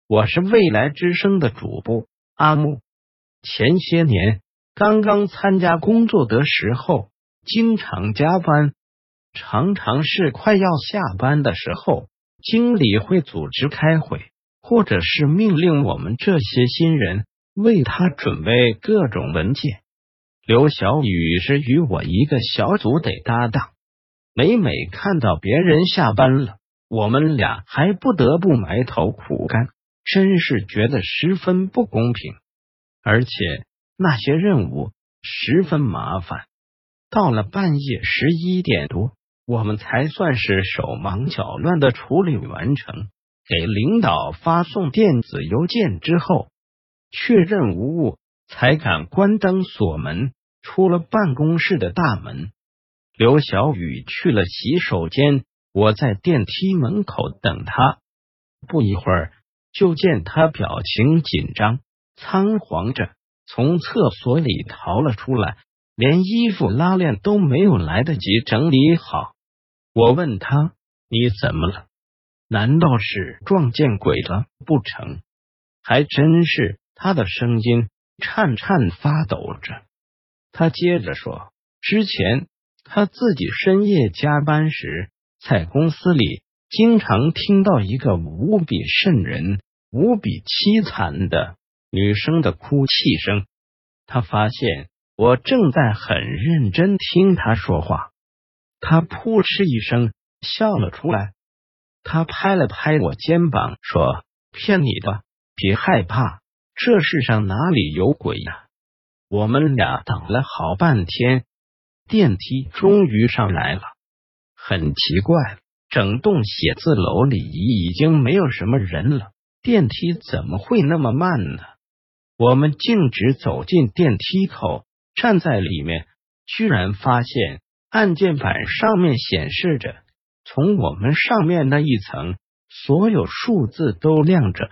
我是未来之声的主播阿木。前些年刚刚参加工作的时候，经常加班，常常是快要下班的时候，经理会组织开会，或者是命令我们这些新人为他准备各种文件。刘小雨是与我一个小组得搭档，每看到别人下班了，我们俩还不得不埋头苦干，真是觉得十分不公平。而且那些任务十分麻烦，到了半夜11点多，我们才算是手忙脚乱的处理完成，给领导发送电子邮件之后，确认无误，才敢关灯锁门，出了办公室的大门。刘小雨去了洗手间，我在电梯门口等他。不一会儿，就见他表情紧张，仓皇着从厕所里逃了出来，连衣服拉链都没有来得及整理好。我问他：你怎么了？难道是撞见鬼了不成？还真是，他的声音颤发抖着。他接着说，之前他自己深夜加班时，在公司里经常听到一个无比瘆人、无比凄惨的女生的哭泣声。他发现我正在很认真听他说话，他扑哧一声笑了出来。他拍了拍我肩膀说：骗你的，别害怕，这世上哪里有鬼呀？我们俩等了好半天，电梯终于上来了。很奇怪，整栋写字楼里已经没有什么人了，电梯怎么会那么慢呢？我们径直走进电梯口，站在里面，居然发现按键板上面显示着，从我们上面那一层，所有数字都亮着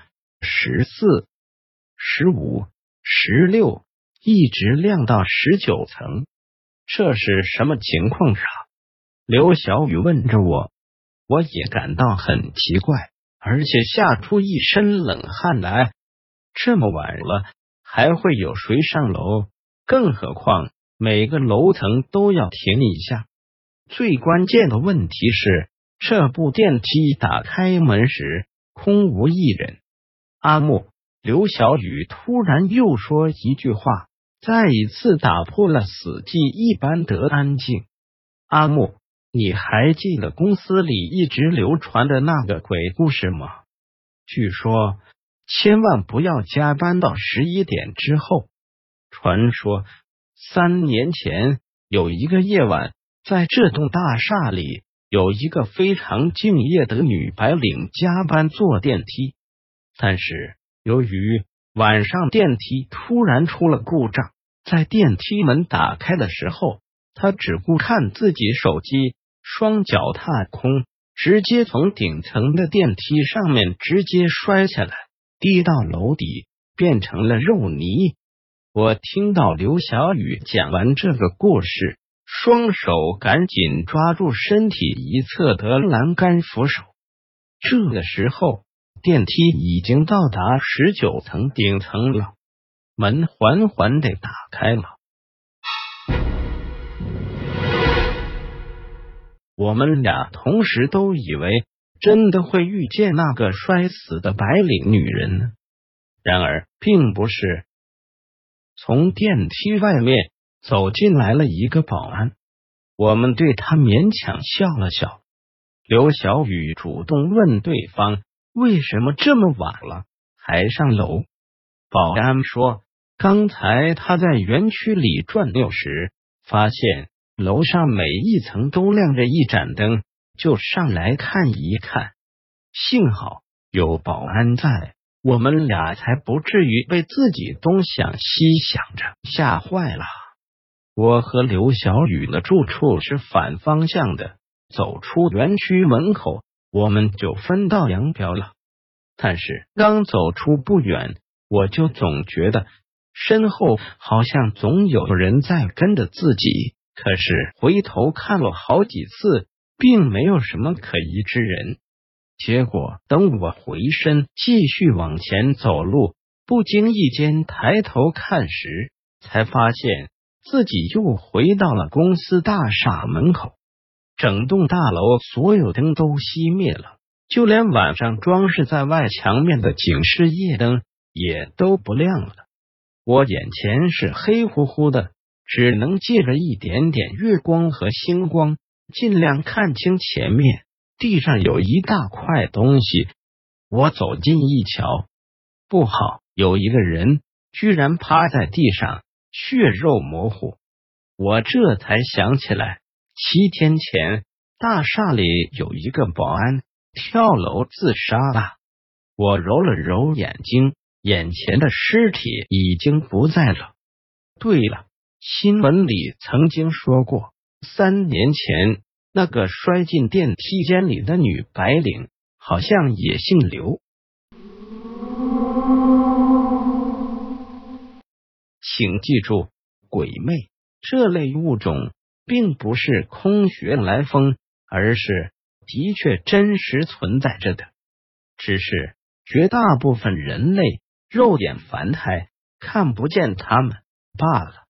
14、15、16，一直亮到19层。这是什么情况啊？刘小雨问着我，我也感到很奇怪，而且吓出一身冷汗来。这么晚了，还会有谁上楼？更何况每个楼层都要停一下。最关键的问题是，这部电梯打开门时空无一人。阿木，刘小雨突然又说一句话，再一次打破了死寂一般的安静。阿木，你还记得公司里一直流传的那个鬼故事吗？据说千万不要加班到11点之后。传说3年前有一个夜晚，在这栋大厦里有一个非常敬业的女白领加班坐电梯，但是由于晚上电梯突然出了故障，在电梯门打开的时候，她只顾看自己手机，双脚踏空，直接从顶层的电梯上面直接摔下来，滴到楼底，变成了肉泥。我听到刘小雨讲完这个故事，双手赶紧抓住身体一侧的栏杆扶手。这个时候，电梯已经到达19层顶层了，门缓缓地打开了。我们俩同时都以为真的会遇见那个摔死的白领女人呢，然而并不是。从电梯外面走进来了一个保安，我们对他勉强笑了笑。刘小雨主动问对方，为什么这么晚了还上楼？保安说，刚才他在园区里转悠时，发现楼上每一层都亮着一盏灯，就上来看一看。幸好有保安在，我们俩才不至于被自己东想西想着吓坏了。我和刘小雨的住处是反方向的，走出园区门口，我们就分道扬镳了。但是刚走出不远，我就总觉得身后好像总有人在跟着自己，可是回头看了好几次，并没有什么可疑之人。 结果等我回身继续往前走路，不经意间抬头看时，才发现自己又回到了公司大厦门口。整栋大楼所有灯都熄灭了，就连晚上装饰在外墙面的警示夜灯也都不亮了。我眼前是黑乎乎的，只能借着一点点月光和星光尽量看清前面。地上有一大块东西，我走近一瞧，不好，有一个人居然趴在地上，血肉模糊。我这才想起来，7天前大厦里有一个保安跳楼自杀了。我揉了揉眼睛，眼前的尸体已经不在了。对了，新闻里曾经说过，3年前那个摔进电梯间里的女白领好像也姓刘。请记住，鬼魅这类物种并不是空穴来风，而是的确真实存在着的，只是绝大部分人类肉眼凡胎看不见它们罢了。